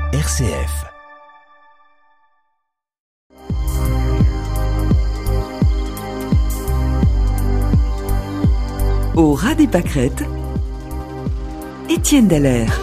RCF. Au ras des pâquerettes, Étienne Dallaire.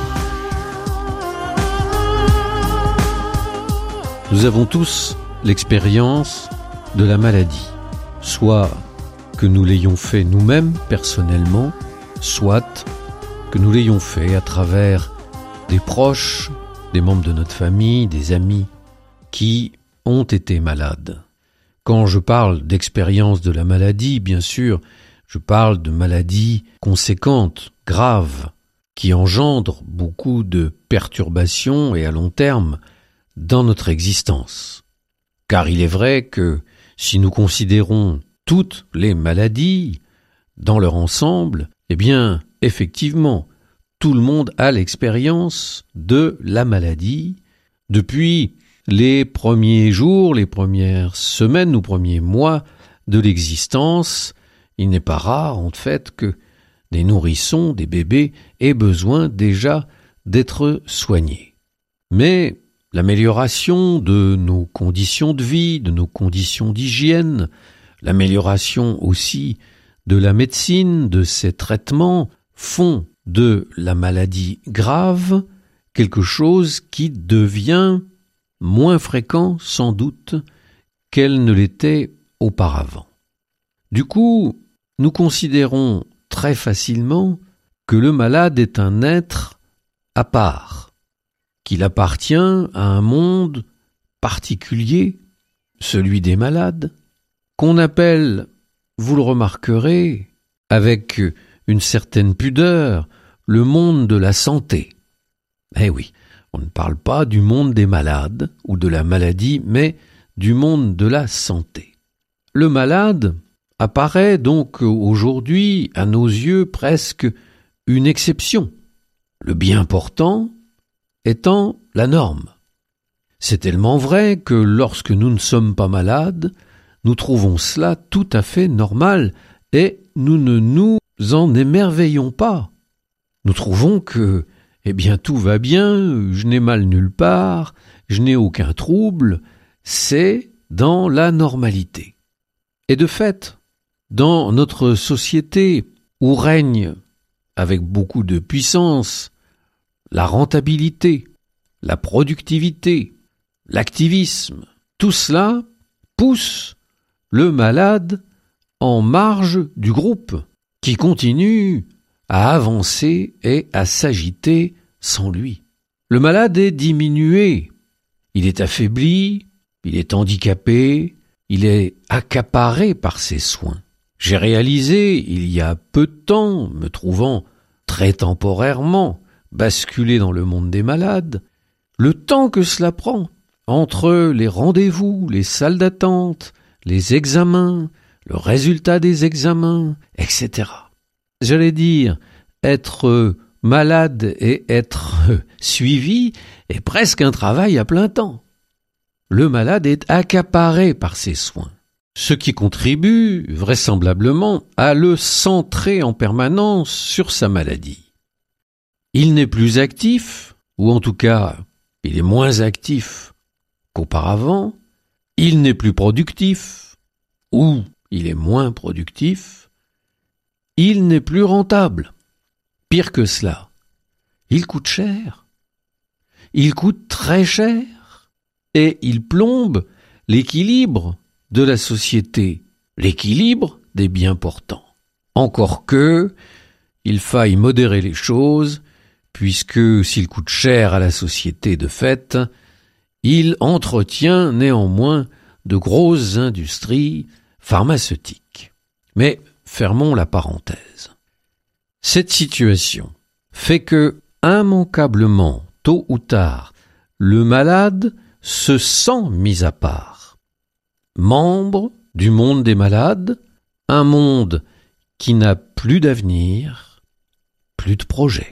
Nous avons tous l'expérience de la maladie, soit que nous l'ayons fait nous-mêmes personnellement, soit que nous l'ayons fait à travers des proches, des membres de notre famille, des amis qui ont été malades. Quand je parle d'expérience de la maladie, bien sûr, je parle de maladies conséquentes, graves, qui engendrent beaucoup de perturbations et à long terme dans notre existence. Car il est vrai que si nous considérons toutes les maladies dans leur ensemble, eh bien, effectivement, tout le monde a l'expérience de la maladie depuis les premiers jours, les premières semaines ou premiers mois de l'existence. Il n'est pas rare, en fait, que des nourrissons, des bébés, aient besoin déjà d'être soignés. Mais l'amélioration de nos conditions de vie, de nos conditions d'hygiène, l'amélioration aussi de la médecine, de ses traitements, font de la maladie grave quelque chose qui devient moins fréquent, sans doute, qu'elle ne l'était auparavant. Du coup, nous considérons très facilement que le malade est un être à part, qu'il appartient à un monde particulier, celui des malades, qu'on appelle, vous le remarquerez, avec une certaine pudeur, le monde de la santé. Eh oui, on ne parle pas du monde des malades ou de la maladie, mais du monde de la santé. Le malade apparaît donc aujourd'hui, à nos yeux, presque une exception, le bien portant étant la norme. C'est tellement vrai que lorsque nous ne sommes pas malades, nous trouvons cela tout à fait normal et nous ne nous en émerveillons pas. Nous trouvons que, eh bien, tout va bien, je n'ai mal nulle part, je n'ai aucun trouble, c'est dans la normalité. Et de fait, dans notre société où règne, avec beaucoup de puissance, la rentabilité, la productivité, l'activisme, tout cela pousse le malade en marge du groupe qui continue à avancer et à s'agiter sans lui. Le malade est diminué, il est affaibli, il est handicapé, il est accaparé par ses soins. J'ai réalisé, il y a peu de temps, me trouvant très temporairement basculé dans le monde des malades, le temps que cela prend entre les rendez-vous, les salles d'attente, les examens, le résultat des examens, etc. J'allais dire, être malade et être suivi est presque un travail à plein temps. Le malade est accaparé par ses soins, ce qui contribue vraisemblablement à le centrer en permanence sur sa maladie. Il n'est plus actif, ou en tout cas, il est moins actif qu'auparavant, il n'est plus productif, ou il est moins productif, il n'est plus rentable. Pire que cela, il coûte cher. Il coûte très cher. Et il plombe l'équilibre de la société, l'équilibre des biens portants. Encore que, il faille modérer les choses, puisque s'il coûte cher à la société de fait, il entretient néanmoins de grosses industries pharmaceutiques. Mais fermons la parenthèse. Cette situation fait que, immanquablement, tôt ou tard, le malade se sent mis à part. Membre du monde des malades, un monde qui n'a plus d'avenir, plus de projet.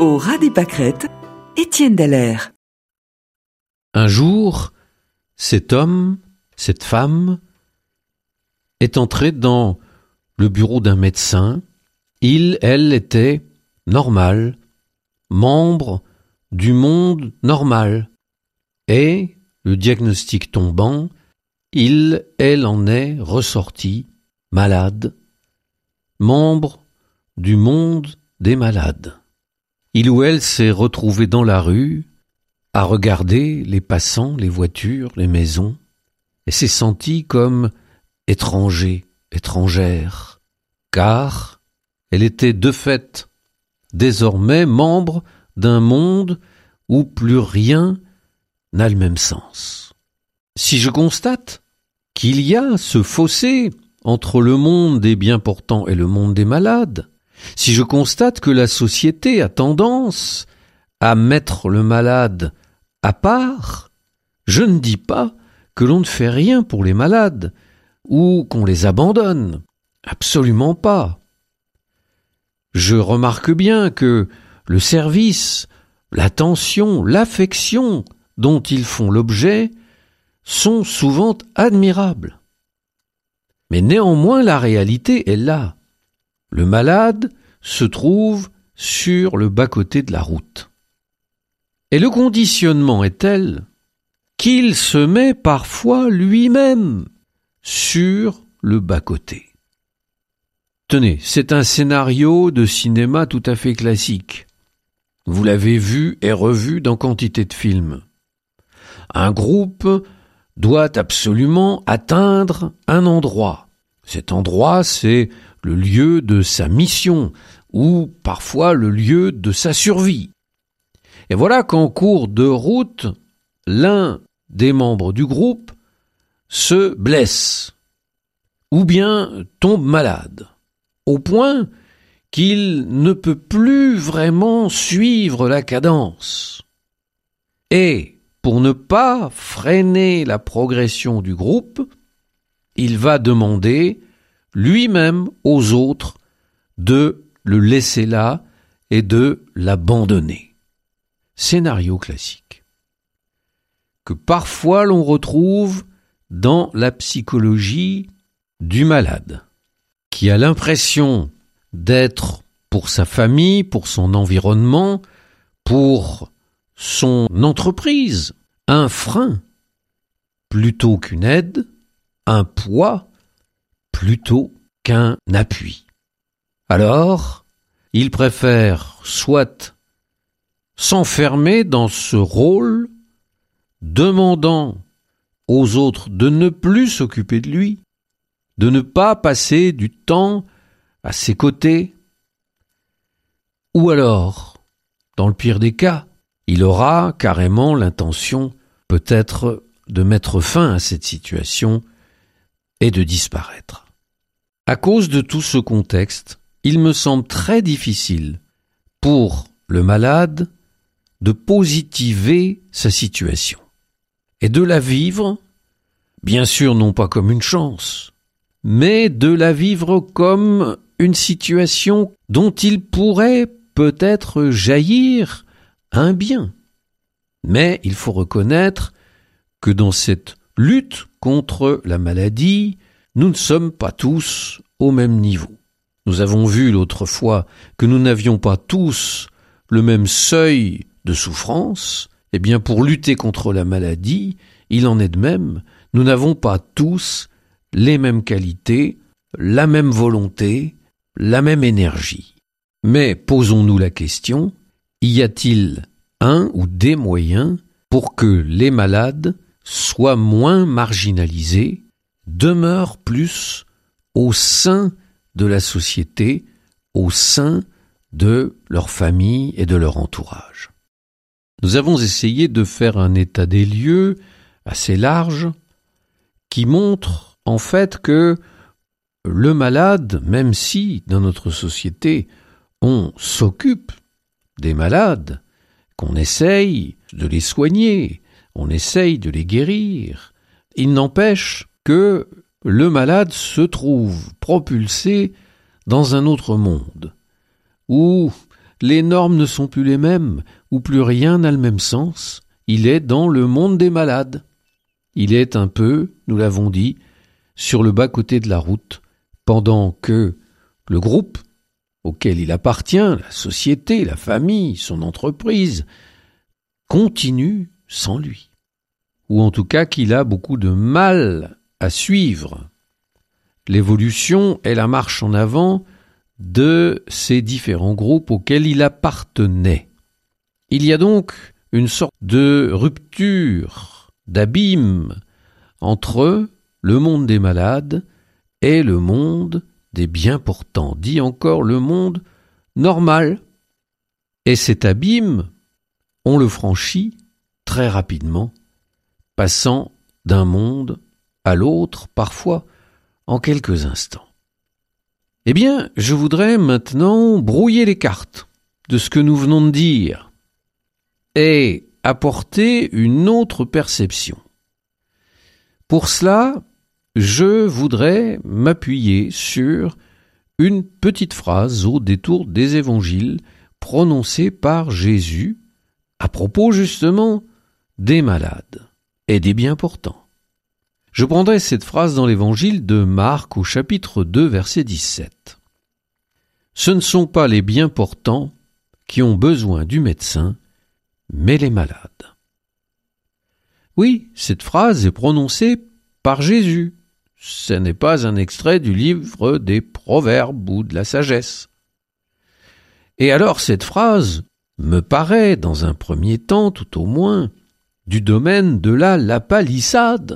Au ras des pâquerettes, Étienne Dallaire. Un jour, cet homme, cette femme, est entré dans le bureau d'un médecin. Elle était normale, membre du monde normal. Et, le diagnostic tombant, elle en est ressortie malade, membre du monde des malades. Il ou elle s'est retrouvé dans la rue, à regarder les passants, les voitures, les maisons, et s'est senti comme étranger, étrangère, car elle était de fait désormais membre d'un monde où plus rien n'a le même sens. Si je constate qu'il y a ce fossé entre le monde des bien portants et le monde des malades, si je constate que la société a tendance à mettre le malade à part, je ne dis pas que l'on ne fait rien pour les malades ou qu'on les abandonne. Absolument pas. Je remarque bien que le service, l'attention, l'affection dont ils font l'objet sont souvent admirables. Mais néanmoins, la réalité est là. Le malade se trouve sur le bas-côté de la route. Et le conditionnement est tel qu'il se met parfois lui-même sur le bas-côté. Tenez, c'est un scénario de cinéma tout à fait classique. Vous l'avez vu et revu dans quantité de films. Un groupe doit absolument atteindre un endroit. Cet endroit, c'est le lieu de sa mission, ou parfois le lieu de sa survie. Et voilà qu'en cours de route, l'un des membres du groupe se blesse, ou bien tombe malade, au point qu'il ne peut plus vraiment suivre la cadence. Et pour ne pas freiner la progression du groupe, il va demander lui-même aux autres de le laisser là et de l'abandonner. Scénario classique que parfois l'on retrouve dans la psychologie du malade, qui a l'impression d'être pour sa famille, pour son environnement, pour son entreprise, un frein plutôt qu'une aide, un poids plutôt qu'un appui. Alors, il préfère soit s'enfermer dans ce rôle, demandant aux autres de ne plus s'occuper de lui, de ne pas passer du temps à ses côtés, ou alors, dans le pire des cas, il aura carrément l'intention peut-être de mettre fin à cette situation et de disparaître. À cause de tout ce contexte, il me semble très difficile pour le malade de positiver sa situation et de la vivre, bien sûr non pas comme une chance, mais de la vivre comme une situation dont il pourrait peut-être jaillir un bien. Mais il faut reconnaître que dans cette lutte contre la maladie, nous ne sommes pas tous au même niveau. Nous avons vu l'autre fois que nous n'avions pas tous le même seuil de souffrance. Eh bien, pour lutter contre la maladie, il en est de même. Nous n'avons pas tous les mêmes qualités, la même volonté, la même énergie. Mais posons-nous la question, y a-t-il un ou des moyens pour que les malades soient moins marginalisés, demeurent plus au sein de la société, au sein de leur famille et de leur entourage? Nous avons essayé de faire un état des lieux assez large qui montre en fait que le malade, même si dans notre société on s'occupe des malades, qu'on essaye de les soigner, on essaye de les guérir, il n'empêche que le malade se trouve propulsé dans un autre monde, où les normes ne sont plus les mêmes, où plus rien n'a le même sens. Il est dans le monde des malades. Il est un peu, nous l'avons dit, sur le bas-côté de la route, pendant que le groupe auquel il appartient, la société, la famille, son entreprise, continue sans lui. Ou en tout cas qu'il a beaucoup de mal à suivre l'évolution et la marche en avant de ces différents groupes auxquels il appartenait. Il y a donc une sorte de rupture, d'abîme entre le monde des malades et le monde des bien portants, dit encore le monde normal. Et cet abîme, on le franchit très rapidement, passant d'un monde à l'autre, parfois en quelques instants. Eh bien, je voudrais maintenant brouiller les cartes de ce que nous venons de dire et apporter une autre perception. Pour cela, je voudrais m'appuyer sur une petite phrase au détour des évangiles prononcée par Jésus à propos justement des malades et des bien portants. Je prendrai cette phrase dans l'évangile de Marc au chapitre 2, verset 17. « Ce ne sont pas les bien portants qui ont besoin du médecin, mais les malades. » Oui, cette phrase est prononcée par Jésus. Ce n'est pas un extrait du livre des Proverbes ou de la sagesse. Et alors cette phrase me paraît, dans un premier temps tout au moins, du domaine de la lapalissade.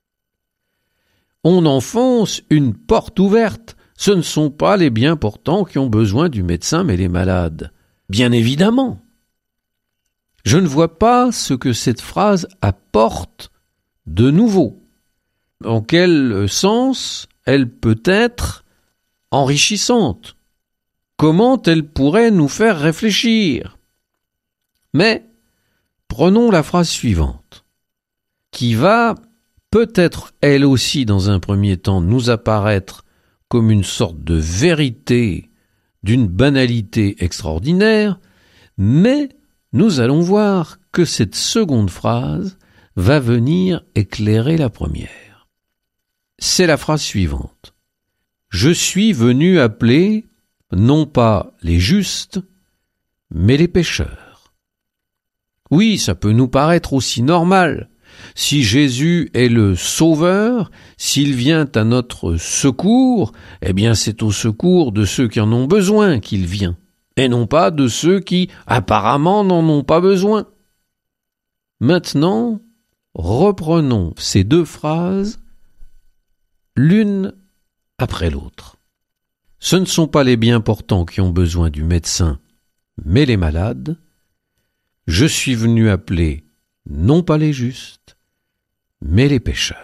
On enfonce une porte ouverte. Ce ne sont pas les bien portants qui ont besoin du médecin, mais les malades. Bien évidemment. Je ne vois pas ce que cette phrase apporte de nouveau. En quel sens elle peut être enrichissante? Comment elle pourrait nous faire réfléchir? Mais prenons la phrase suivante, qui va peut-être elle aussi dans un premier temps nous apparaître comme une sorte de vérité d'une banalité extraordinaire, mais nous allons voir que cette seconde phrase va venir éclairer la première. C'est la phrase suivante. « Je suis venu appeler non pas les justes, mais les pécheurs. » Oui, ça peut nous paraître aussi normal. Si Jésus est le Sauveur, s'il vient à notre secours, eh bien c'est au secours de ceux qui en ont besoin qu'il vient, et non pas de ceux qui apparemment n'en ont pas besoin. Maintenant, reprenons ces deux phrases l'une après l'autre. Ce ne sont pas les bien portants qui ont besoin du médecin, mais les malades. Je suis venu appeler non pas les justes, mais les pécheurs.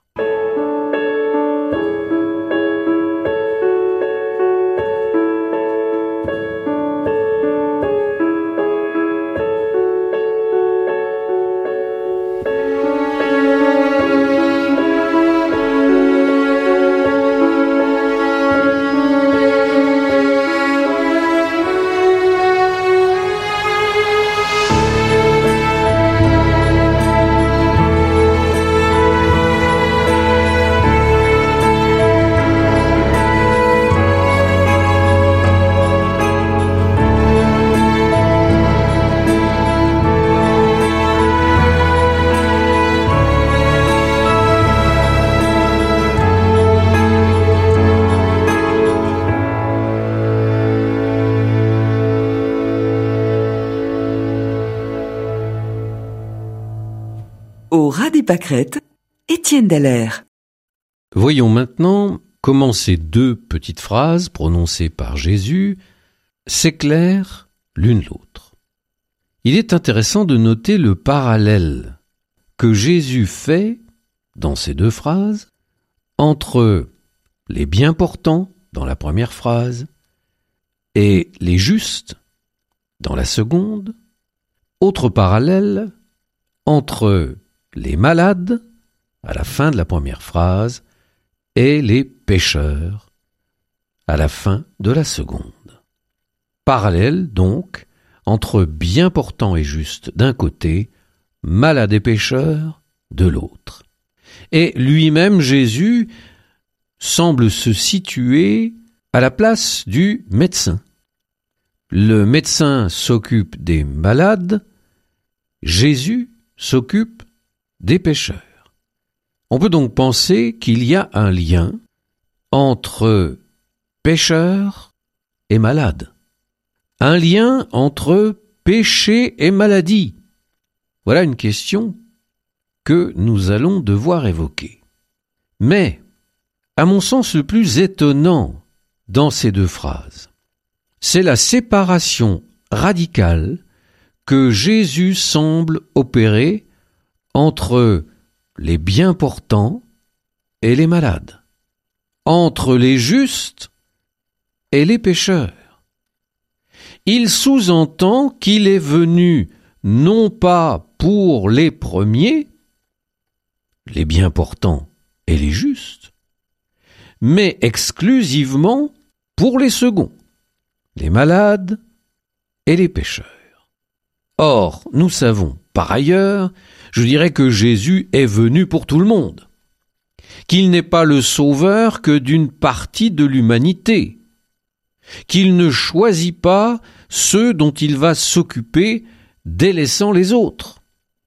Au ras des pâquerettes, Étienne Dallaire. Voyons maintenant comment ces deux petites phrases prononcées par Jésus s'éclairent l'une l'autre. Il est intéressant de noter le parallèle que Jésus fait dans ces deux phrases entre les bien portants dans la première phrase et les justes dans la seconde. Autre parallèle entre les malades à la fin de la première phrase et les pécheurs à la fin de la seconde. parallèle donc entre bien portant et juste d'un côté, malade et pécheur de l'autre. Et lui-même, Jésus, semble se situer à la place du médecin. Le médecin s'occupe des malades, Jésus s'occupe des pécheurs. On peut donc penser qu'il y a un lien entre pécheurs et malades. Un lien entre péché et maladie. Voilà une question que nous allons devoir évoquer. Mais, à mon sens, le plus étonnant dans ces deux phrases, c'est la séparation radicale que Jésus semble opérer entre les bien portants et les malades, entre les justes et les pécheurs. Il sous-entend qu'il est venu non pas pour les premiers, les bien portants et les justes, mais exclusivement pour les seconds, les malades et les pécheurs. Or, nous savons par ailleurs, je dirais que Jésus est venu pour tout le monde, qu'il n'est pas le sauveur que d'une partie de l'humanité, qu'il ne choisit pas ceux dont il va s'occuper, délaissant les autres.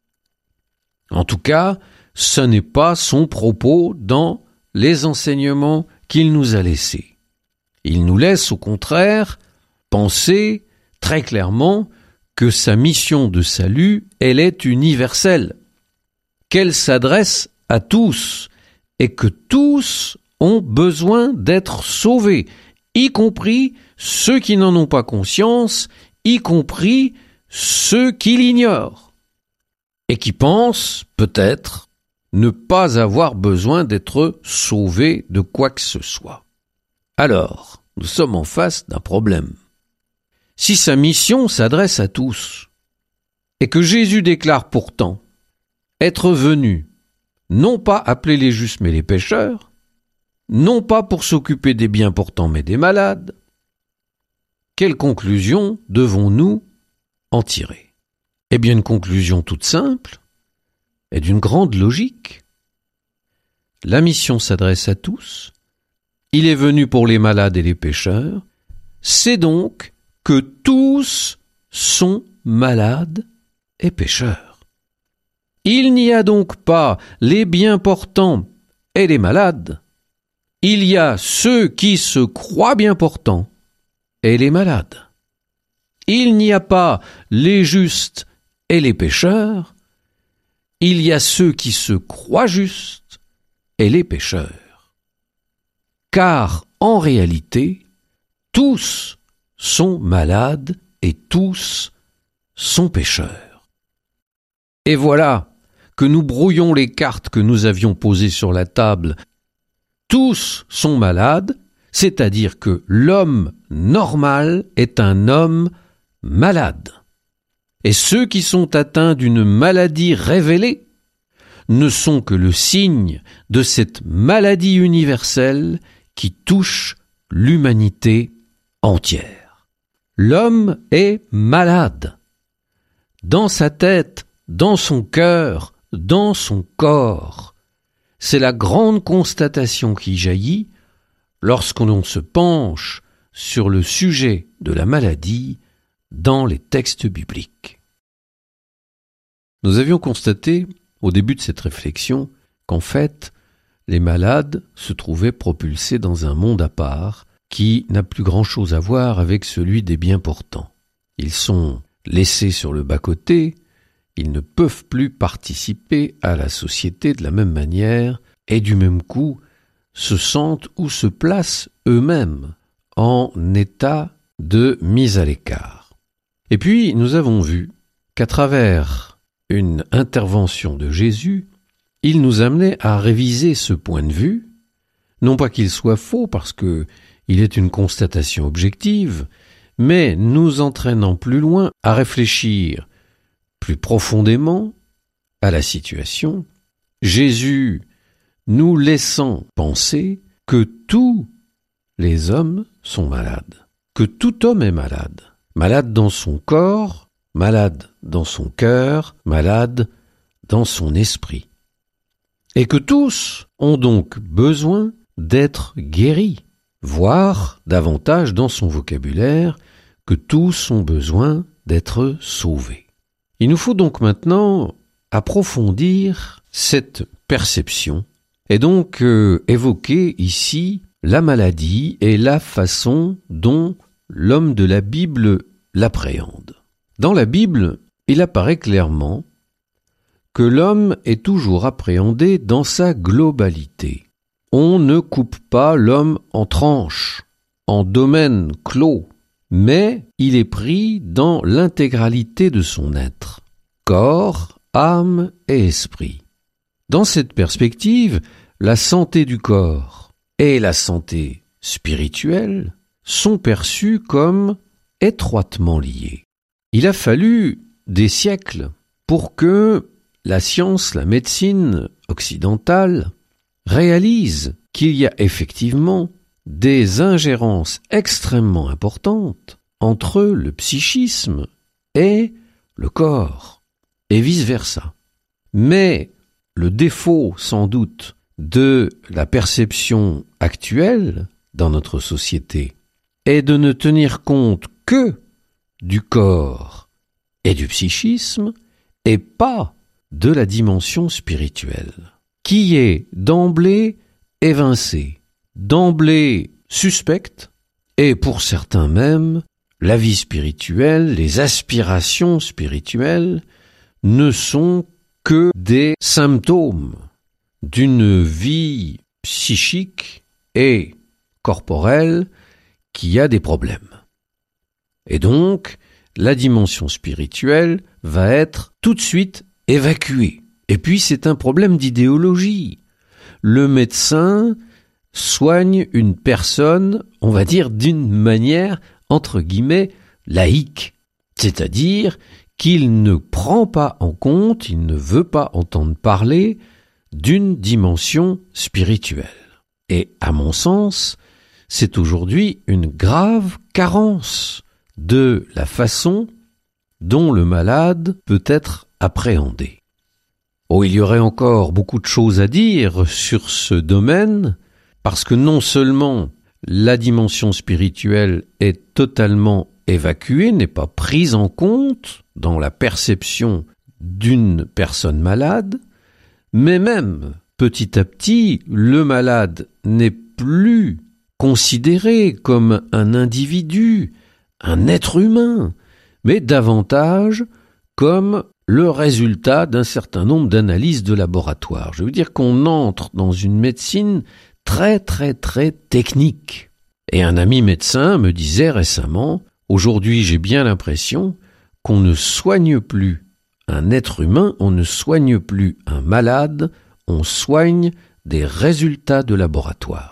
En tout cas, ce n'est pas son propos dans les enseignements qu'il nous a laissés. Il nous laisse au contraire penser très clairement que sa mission de salut, elle est universelle, qu'elle s'adresse à tous et que tous ont besoin d'être sauvés, y compris ceux qui n'en ont pas conscience, y compris ceux qui l'ignorent et qui pensent peut-être ne pas avoir besoin d'être sauvés de quoi que ce soit. Alors, nous sommes en face d'un problème. Si sa mission s'adresse à tous, et que Jésus déclare pourtant être venu, non pas appeler les justes mais les pécheurs, non pas pour s'occuper des bien portants mais des malades, quelle conclusion devons-nous en tirer? Eh bien, une conclusion toute simple et d'une grande logique. La mission s'adresse à tous, il est venu pour les malades et les pécheurs, c'est donc que tous sont malades et pécheurs. Il n'y a donc pas les bien portants et les malades, il y a ceux qui se croient bien portants et les malades. Il n'y a pas les justes et les pécheurs, il y a ceux qui se croient justes et les pécheurs. Car en réalité, tous sont malades et tous sont pécheurs. Et voilà que nous brouillons les cartes que nous avions posées sur la table. Tous sont malades, c'est-à-dire que l'homme normal est un homme malade. Et ceux qui sont atteints d'une maladie révélée ne sont que le signe de cette maladie universelle qui touche l'humanité entière. L'homme est malade. Dans sa tête, dans son cœur, dans son corps. C'est la grande constatation qui jaillit lorsqu'on se penche sur le sujet de la maladie dans les textes bibliques. Nous avions constaté, au début de cette réflexion, qu'en fait, les malades se trouvaient propulsés dans un monde à part qui n'a plus grand-chose à voir avec celui des bien portants. Ils sont laissés sur le bas-côté, ils ne peuvent plus participer à la société de la même manière et du même coup se sentent ou se placent eux-mêmes en état de mise à l'écart. Et puis nous avons vu qu'à travers une intervention de Jésus, il nous amenait à réviser ce point de vue, non pas qu'il soit faux parce que il est une constatation objective, mais nous entraînant plus loin à réfléchir plus profondément à la situation, Jésus nous laissant penser que tous les hommes sont malades, que tout homme est malade. malade dans son corps, malade dans son cœur, malade dans son esprit. Et que tous ont donc besoin d'être guéris, voire davantage dans son vocabulaire, que tous ont besoin d'être sauvés. Il nous faut donc maintenant approfondir cette perception et donc évoquer ici la maladie et la façon dont l'homme de la Bible l'appréhende. Dans la Bible, il apparaît clairement que l'homme est toujours appréhendé dans sa globalité. On ne coupe pas l'homme en tranches, en domaines clos, mais il est pris dans l'intégralité de son être, corps, âme et esprit. Dans cette perspective, la santé du corps et la santé spirituelle sont perçues comme étroitement liées. Il a fallu des siècles pour que la science, la médecine occidentale réalise qu'il y a effectivement des ingérences extrêmement importantes entre le psychisme et le corps, et vice-versa. Mais le défaut, sans doute, de la perception actuelle dans notre société est de ne tenir compte que du corps et du psychisme et pas de la dimension spirituelle, qui est d'emblée évincée, d'emblée suspecte, et pour certains même, la vie spirituelle, les aspirations spirituelles ne sont que des symptômes d'une vie psychique et corporelle qui a des problèmes. Et donc, la dimension spirituelle va être tout de suite évacuée. Et puis, c'est un problème d'idéologie. Le médecin soigne une personne, on va dire, d'une manière, entre guillemets, laïque. C'est-à-dire qu'il ne prend pas en compte, il ne veut pas entendre parler d'une dimension spirituelle. Et à mon sens, c'est aujourd'hui une grave carence de la façon dont le malade peut être appréhendé. Oh, il y aurait encore beaucoup de choses à dire sur ce domaine, parce que non seulement la dimension spirituelle est totalement évacuée, n'est pas prise en compte dans la perception d'une personne malade, mais même, petit à petit, le malade n'est plus considéré comme un individu, un être humain, mais davantage comme le résultat d'un certain nombre d'analyses de laboratoire. Je veux dire qu'on entre dans une médecine très technique. Et un ami médecin me disait récemment, aujourd'hui j'ai bien l'impression qu'on ne soigne plus un être humain, on ne soigne plus un malade, on soigne des résultats de laboratoire.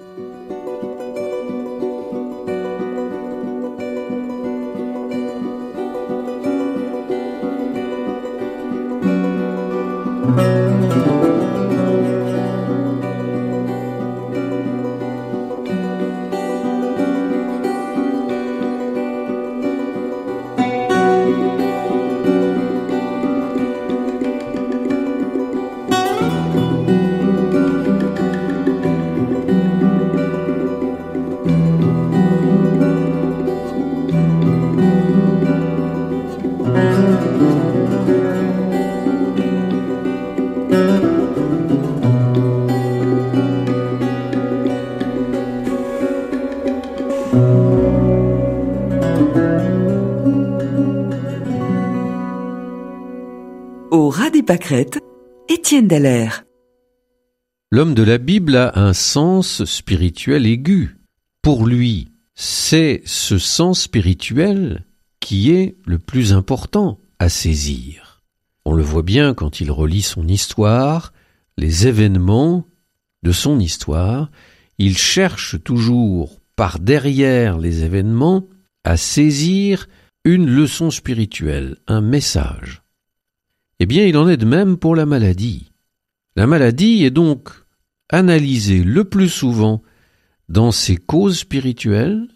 Au ras des pâquerettes, Étienne Dallaire. L'homme de la Bible a un sens spirituel aigu. Pour lui, c'est ce sens spirituel qui est le plus important à saisir. On le voit bien quand il relit son histoire, les événements de son histoire, il cherche toujours par derrière les événements à saisir une leçon spirituelle, un message. Eh bien, il en est de même pour la maladie. La maladie est donc analysée le plus souvent dans ses causes spirituelles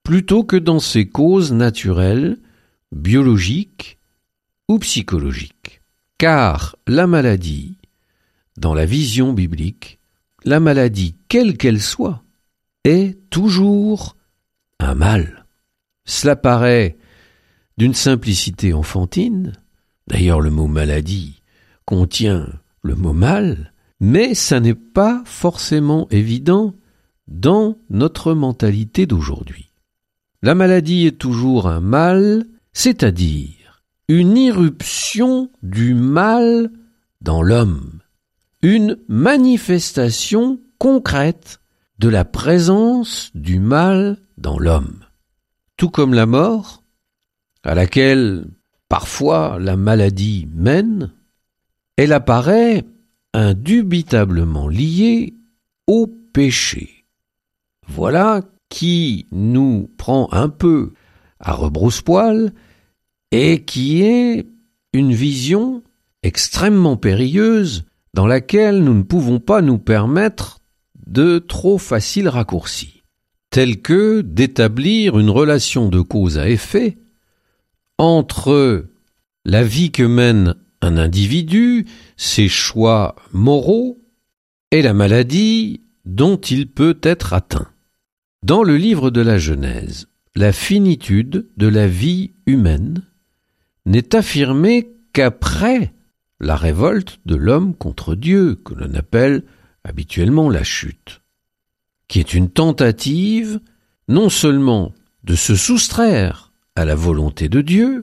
plutôt que dans ses causes naturelles, biologiques ou psychologiques. Car la maladie, dans la vision biblique, la maladie, quelle qu'elle soit, est toujours un mal. Cela paraît d'une simplicité enfantine. D'ailleurs, le mot maladie contient le mot mal, mais ça n'est pas forcément évident dans notre mentalité d'aujourd'hui. La maladie est toujours un mal, c'est-à-dire une irruption du mal dans l'homme, une manifestation concrète de la présence du mal dans l'homme. Tout comme la mort, à laquelle parfois la maladie mène, elle apparaît indubitablement liée au péché. Voilà qui nous prend un peu à rebrousse-poil et qui est une vision extrêmement périlleuse dans laquelle nous ne pouvons pas nous permettre de trop faciles raccourcis, tels que d'établir une relation de cause à effet entre la vie que mène un individu, ses choix moraux et la maladie dont il peut être atteint. Dans le livre de la Genèse, la finitude de la vie humaine n'est affirmée qu'après la révolte de l'homme contre Dieu, que l'on appelle habituellement la chute, qui est une tentative non seulement de se soustraire à la volonté de Dieu,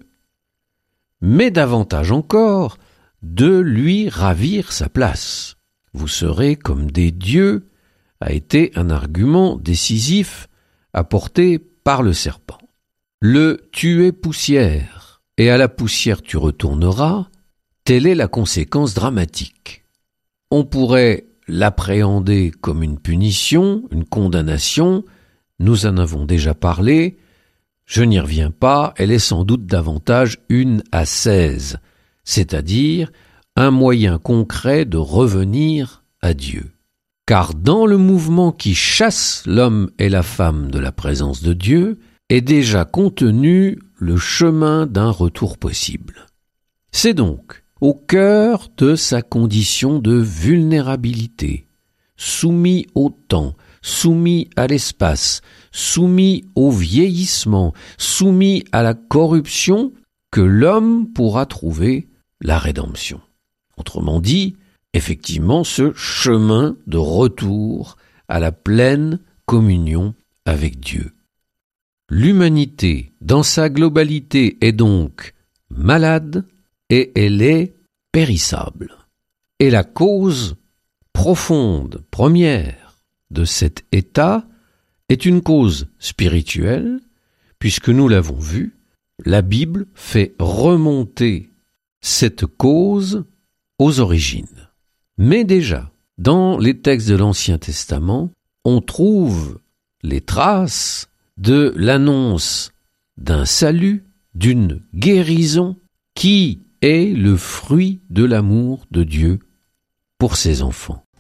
mais davantage encore de lui ravir sa place. Vous serez comme des dieux a été un argument décisif apporté par le serpent. Le « tu es poussière, et à la poussière tu retourneras », telle est la conséquence dramatique. On pourrait l'appréhender comme une punition, une condamnation, nous en avons déjà parlé, je n'y reviens pas, elle est sans doute davantage une ascèse, c'est-à-dire un moyen concret de revenir à Dieu. Car dans le mouvement qui chasse l'homme et la femme de la présence de Dieu est déjà contenu le chemin d'un retour possible. C'est donc au cœur de sa condition de vulnérabilité, soumis au temps, soumis à l'espace, soumis au vieillissement, soumis à la corruption, que l'homme pourra trouver la rédemption. Autrement dit, effectivement, ce chemin de retour à la pleine communion avec Dieu. L'humanité, dans sa globalité, est donc malade et elle est périssable. Et la cause profonde, première de cet état est une cause spirituelle, puisque nous l'avons vu, la Bible fait remonter cette cause aux origines. Mais déjà, dans les textes de l'Ancien Testament, on trouve les traces de l'annonce d'un salut, d'une guérison qui est le fruit de l'amour de Dieu pour ses enfants.